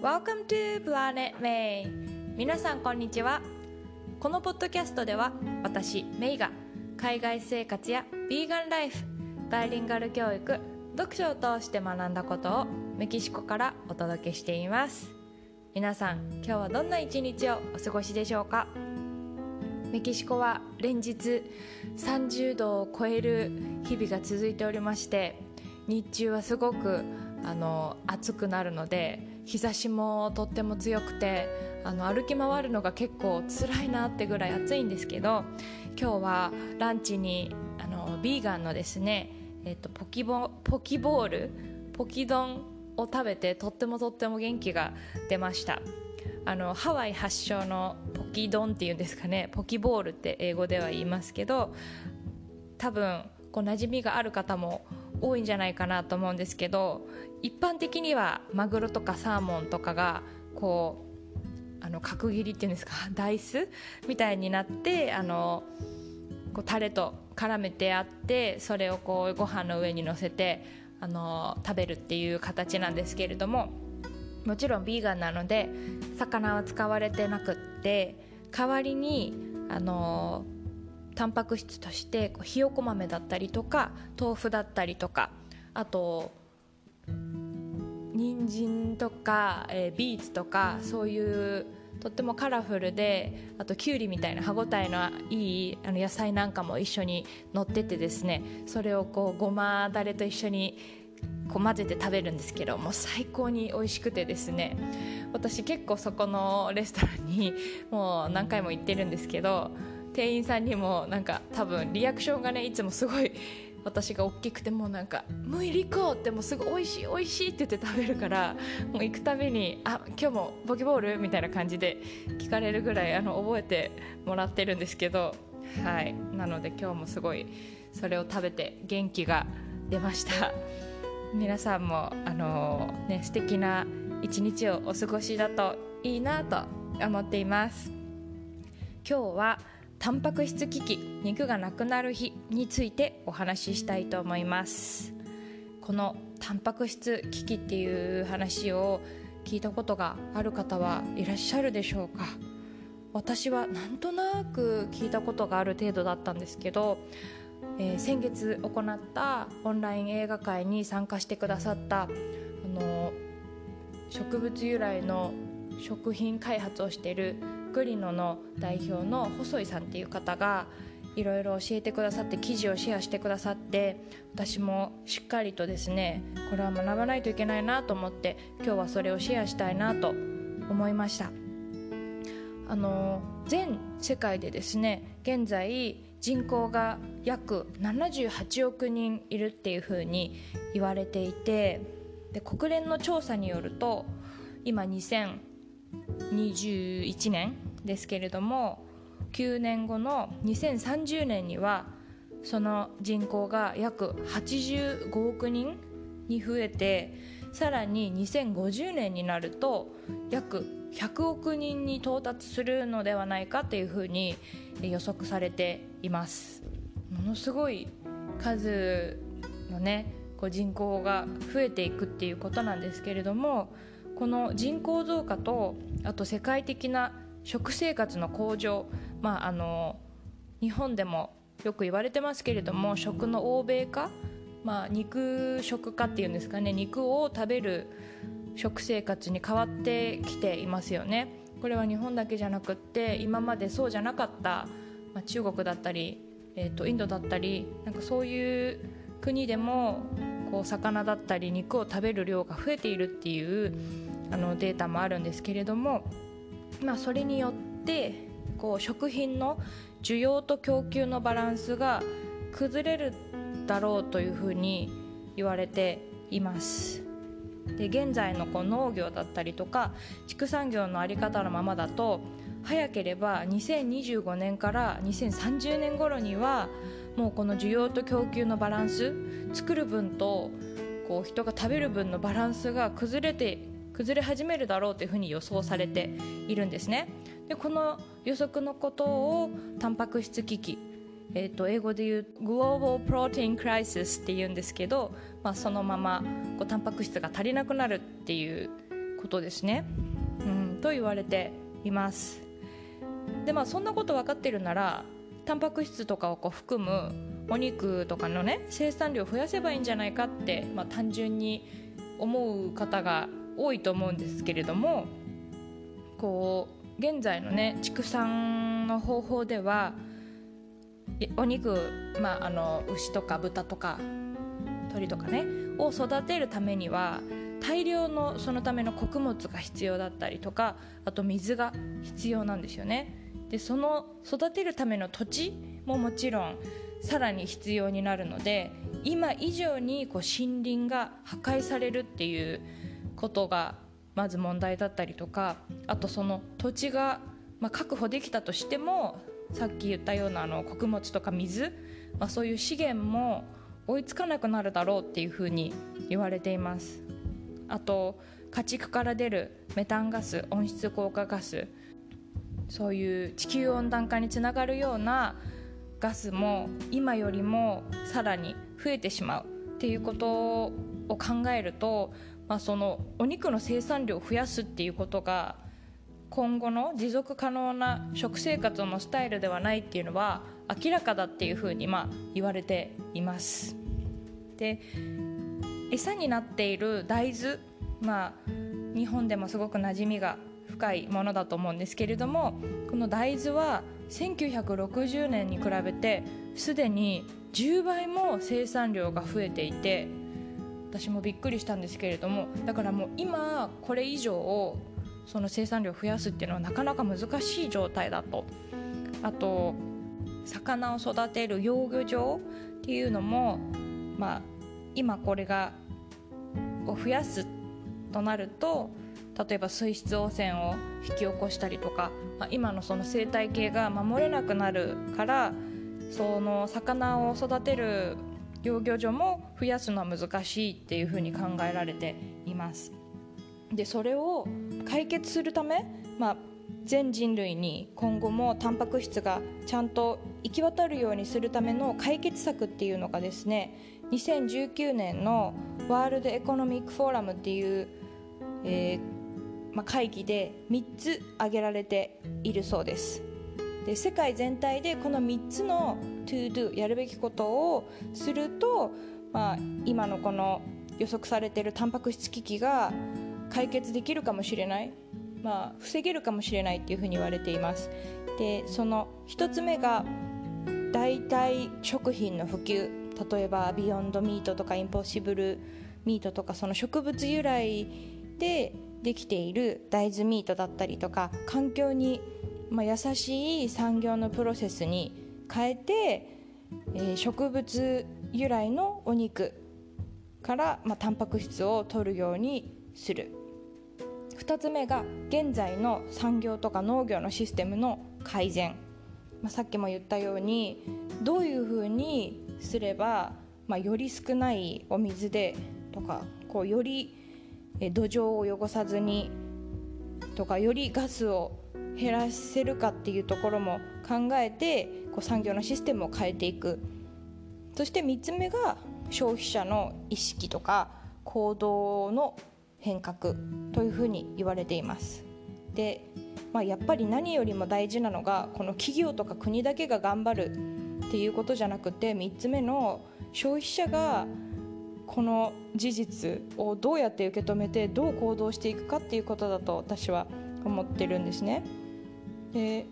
Welcome to Planet May。 皆さんこんにちは。このポッドキャストでは私メイが海外生活やビーガンライフ、バイリンガル教育、読書を通して学んだことをメキシコからお届けしています。皆さん今日はどんな一日をお過ごしでしょうか。メキシコは連日30度を超える日々が続いておりまして、日中はすごく暑くなるので日差しもとっても強くて歩き回るのが結構辛いなってぐらい暑いんですけど、今日はランチにビーガンのですね、ポキボールポキ丼を食べてとっても元気が出ました。ハワイ発祥のポキ丼っていうんですかね、ポキボールって英語では言いますけど、多分馴染みがある方も多いんじゃないかなと思うんですけど、一般的にはマグロとかサーモンとかが角切りっていうんですか、ダイスみたいになってタレと絡めてあって、それをご飯の上に乗せて食べるっていう形なんですけれども、もちろんビーガンなので魚は使われてなくって、代わりにタンパク質としてひよこ豆だったりとか豆腐だったりとか、あと人参とか、ビーツとか、そういうとってもカラフルで、あとキュウリみたいな歯ごたえのいい野菜なんかも一緒に乗っててですね、それをごまだれと一緒に混ぜて食べるんですけど、もう最高に美味しくてですね、私結構そこのレストランにもう何回も行ってるんですけど、店員さんにも多分リアクションがね、いつもすごい私が大きくて、もうもう行こうってもうすぐ美味しいって言って食べるから、もう行くたびに今日もポキボールみたいな感じで聞かれるぐらい覚えてもらってるんですけど、はい、なので今日もすごいそれを食べて元気が出ました。皆さんも素敵な一日をお過ごしだといいなと思っています。今日はタンパク質危機、肉がなくなる日についてお話ししたいと思います。このタンパク質危機っていう話を聞いたことがある方はいらっしゃるでしょうか。私はなんとなく聞いたことがある程度だったんですけど、先月行ったオンライン映画会に参加してくださった植物由来の食品開発をしているグリノの代表の細井さんっていう方がいろいろ教えてくださって、記事をシェアしてくださって、私もしっかりとですね、これは学ばないといけないなと思って、今日はそれをシェアしたいなと思いました。全世界でですね、現在人口が約78億人いるっていうふうに言われていて、で国連の調査によると今2021年ですけれども、9年後の2030年にはその人口が約85億人に増えて、さらに2050年になると約100億人に到達するのではないかというふうに予測されています。ものすごい数の人口が増えていくっていうことなんですけれども、この人口増加と、あと世界的な食生活の向上、日本でもよく言われてますけれども、食の欧米化、肉食化っていうんですかね、肉を食べる食生活に変わってきていますよね。これは日本だけじゃなくって、今までそうじゃなかった、中国だったり、インドだったり、そういう国でも魚だったり肉を食べる量が増えているっていうデータもあるんですけれども、それによって食品の需要と供給のバランスが崩れるだろうというふうに言われています。で現在の農業だったりとか畜産業の在り方のままだと、早ければ2025年から2030年頃にはもうこの需要と供給のバランス、作る分と人が食べる分のバランスが崩れ始めるだろうというふうに予想されているんですね。でこの予測のことをタンパク質危機、英語で言う Global Protein Crisis って言うんですけど、そのままタンパク質が足りなくなるっていうことですね、と言われています。で、そんなこと分かってるならタンパク質とかを含むお肉とかのね生産量を増やせばいいんじゃないかって、単純に思う方が多いと思うんですけれども、現在のね畜産の方法ではお肉、牛とか豚とか鳥とかねを育てるためには大量のそのための穀物が必要だったりとか、あと水が必要なんですよね。でその育てるための土地ももちろんさらに必要になるので、今以上に森林が破壊されるっていうことがまず問題だったりとか、あとその土地が確保できたとしてもさっき言ったような穀物とか水、そういう資源も追いつかなくなるだろうっていうふうに言われています。あと家畜から出るメタンガス、温室効果ガス、そういう地球温暖化につながるようなガスも今よりもさらに増えてしまうっていうことを考えると、そのお肉の生産量を増やすっていうことが今後の持続可能な食生活のスタイルではないっていうのは明らかだっていうふうに言われています。で、餌になっている大豆、日本でもすごく馴染みが深いものだと思うんですけれども、この大豆は1960年に比べてすでに10倍も生産量が増えていて、私もびっくりしたんですけれども、だからもう今これ以上その生産量を増やすっていうのはなかなか難しい状態だと。あと魚を育てる養魚場っていうのも、今これを増やすとなると、例えば水質汚染を引き起こしたりとか、今のその生態系が守れなくなるから、その魚を育てる養魚場も増やすのは難しいっていうふうに考えられています。でそれを解決するため、全人類に今後もタンパク質がちゃんと行き渡るようにするための解決策っていうのがですね、2019年のワールドエコノミックフォーラムっていう、会議で3つ挙げられているそうです。で世界全体でこの3つの to do やるべきことをすると、今のこの予測されているタンパク質危機が解決できるかもしれない、防げるかもしれないっていうふうに言われています。でその1つ目が代替食品の普及、例えばビヨンドミートとかインポッシブルミートとか、その植物由来でできている大豆ミートだったりとか、環境に優しい産業のプロセスに変えて、植物由来のお肉から、タンパク質を摂るようにする。2つ目が現在の産業とか農業のシステムの改善、さっきも言ったようにどういうふうにすれば、より少ないお水でとか、より土壌を汚さずにとか、よりガスを減らせるかっていうところも考えて産業のシステムを変えていく。そして3つ目が消費者の意識とか行動の変革というふうに言われています。で、やっぱり何よりも大事なのが、この企業とか国だけが頑張るっていうことじゃなくて、3つ目の消費者がこの事実をどうやって受け止めてどう行動していくかっていうことだと私は思ってるんですね。で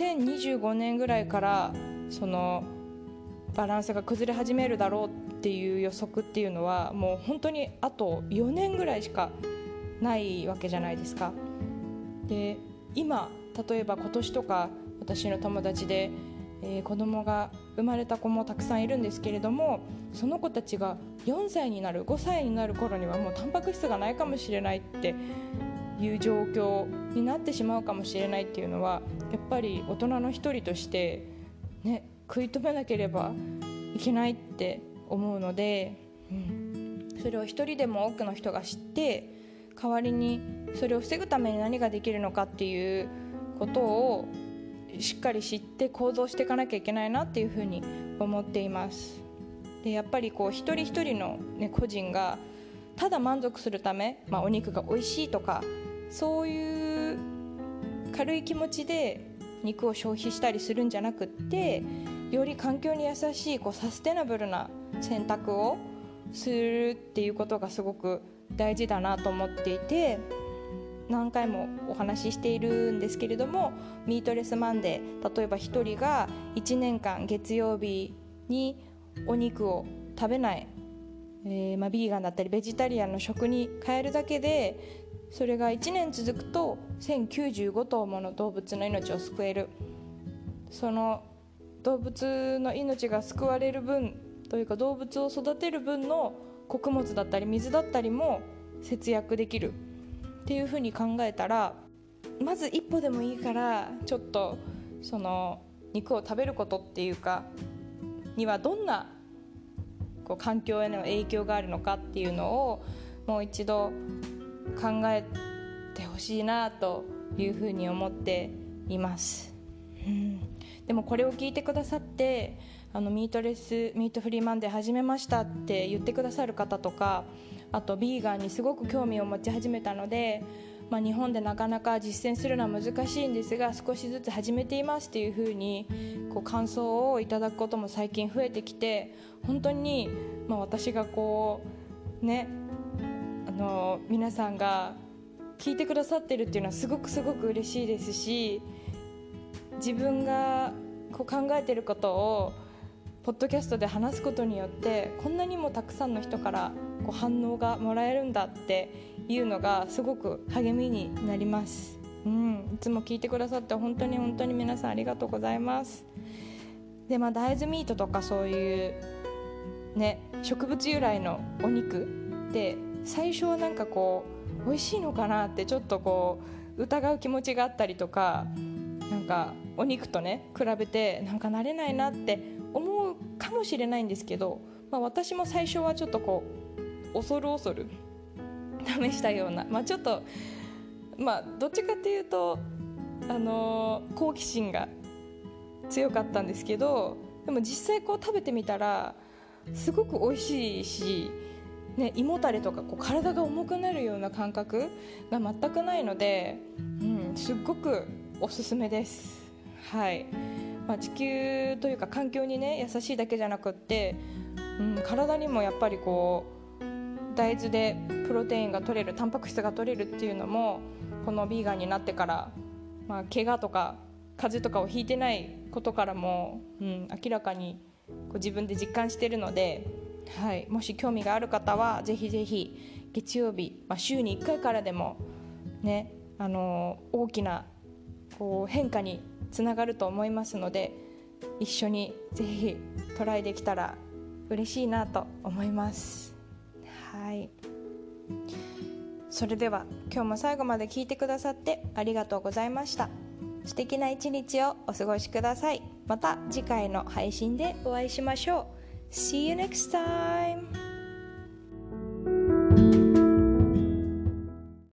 2025年ぐらいからそのバランスが崩れ始めるだろうっていう予測っていうのは、もう本当にあと4年ぐらいしかないわけじゃないですか。で今例えば今年とか私の友達で、子供が生まれた子もたくさんいるんですけれども、その子たちが4歳になる5歳になる頃にはもうタンパク質がないかもしれないっていう状況になってしまうかもしれないっていうのは、やっぱり大人の一人として、食い止めなければいけないって思うので、それを一人でも多くの人が知って、代わりにそれを防ぐために何ができるのかっていうことをしっかり知って行動していかなきゃいけないなっていうふうに思っています。でやっぱり一人一人の、個人がただ満足するため、お肉が美味しいとかそういう軽い気持ちで肉を消費したりするんじゃなくって、より環境に優しいサステナブルな選択をするっていうことがすごく大事だなと思っていて、何回もお話ししているんですけれども、ミートレスマンデー、例えば1人が1年間月曜日にお肉を食べない、ビーガンだったりベジタリアンの食に変えるだけで、それが1年続くと1095頭もの動物の命を救える。その動物の命が救われる分というか、動物を育てる分の穀物だったり水だったりも節約できるっていうふうに考えたら、まず一歩でもいいからちょっとその肉を食べることっていうかにはどんな環境への影響があるのかっていうのをもう一度考えてほしいなというふうに思っています、でもこれを聞いてくださってミートフリーマンデー始めましたって言ってくださる方とか、あとビーガンにすごく興味を持ち始めたので、日本でなかなか実践するのは難しいんですが少しずつ始めていますっていうふうに感想をいただくことも最近増えてきて、本当に、私が皆さんが聞いてくださってるっていうのはすごく嬉しいですし、自分が考えてることをポッドキャストで話すことによってこんなにもたくさんの人から反応がもらえるんだっていうのがすごく励みになります、いつも聞いてくださって本当に皆さんありがとうございます。で、大豆ミートとかそういう植物由来のお肉って最初は美味しいのかなってちょっと疑う気持ちがあったりとか、お肉と比べて慣れないなって思うかもしれないんですけど、私も最初はちょっと恐る試したような、ちょっとどっちかっていうと好奇心が強かったんですけど、でも実際食べてみたらすごく美味しいし、胃もたれとか体が重くなるような感覚が全くないので、すっごくおすすめです。はい、地球というか環境に優しいだけじゃなくって、体にもやっぱり大豆でプロテインが取れる、タンパク質が取れるっていうのもこのビーガンになってから、怪我とか風邪とかをひいてないことからも、明らかに自分で実感しているので、もし興味がある方はぜひぜひ月曜日、週に1回からでも大きな変化につながると思いますので、一緒にぜひトライできたら嬉しいなと思います。それでは今日も最後まで聞いてくださってありがとうございました。素敵な一日をお過ごしください。また次回の配信でお会いしましょう。See you next time!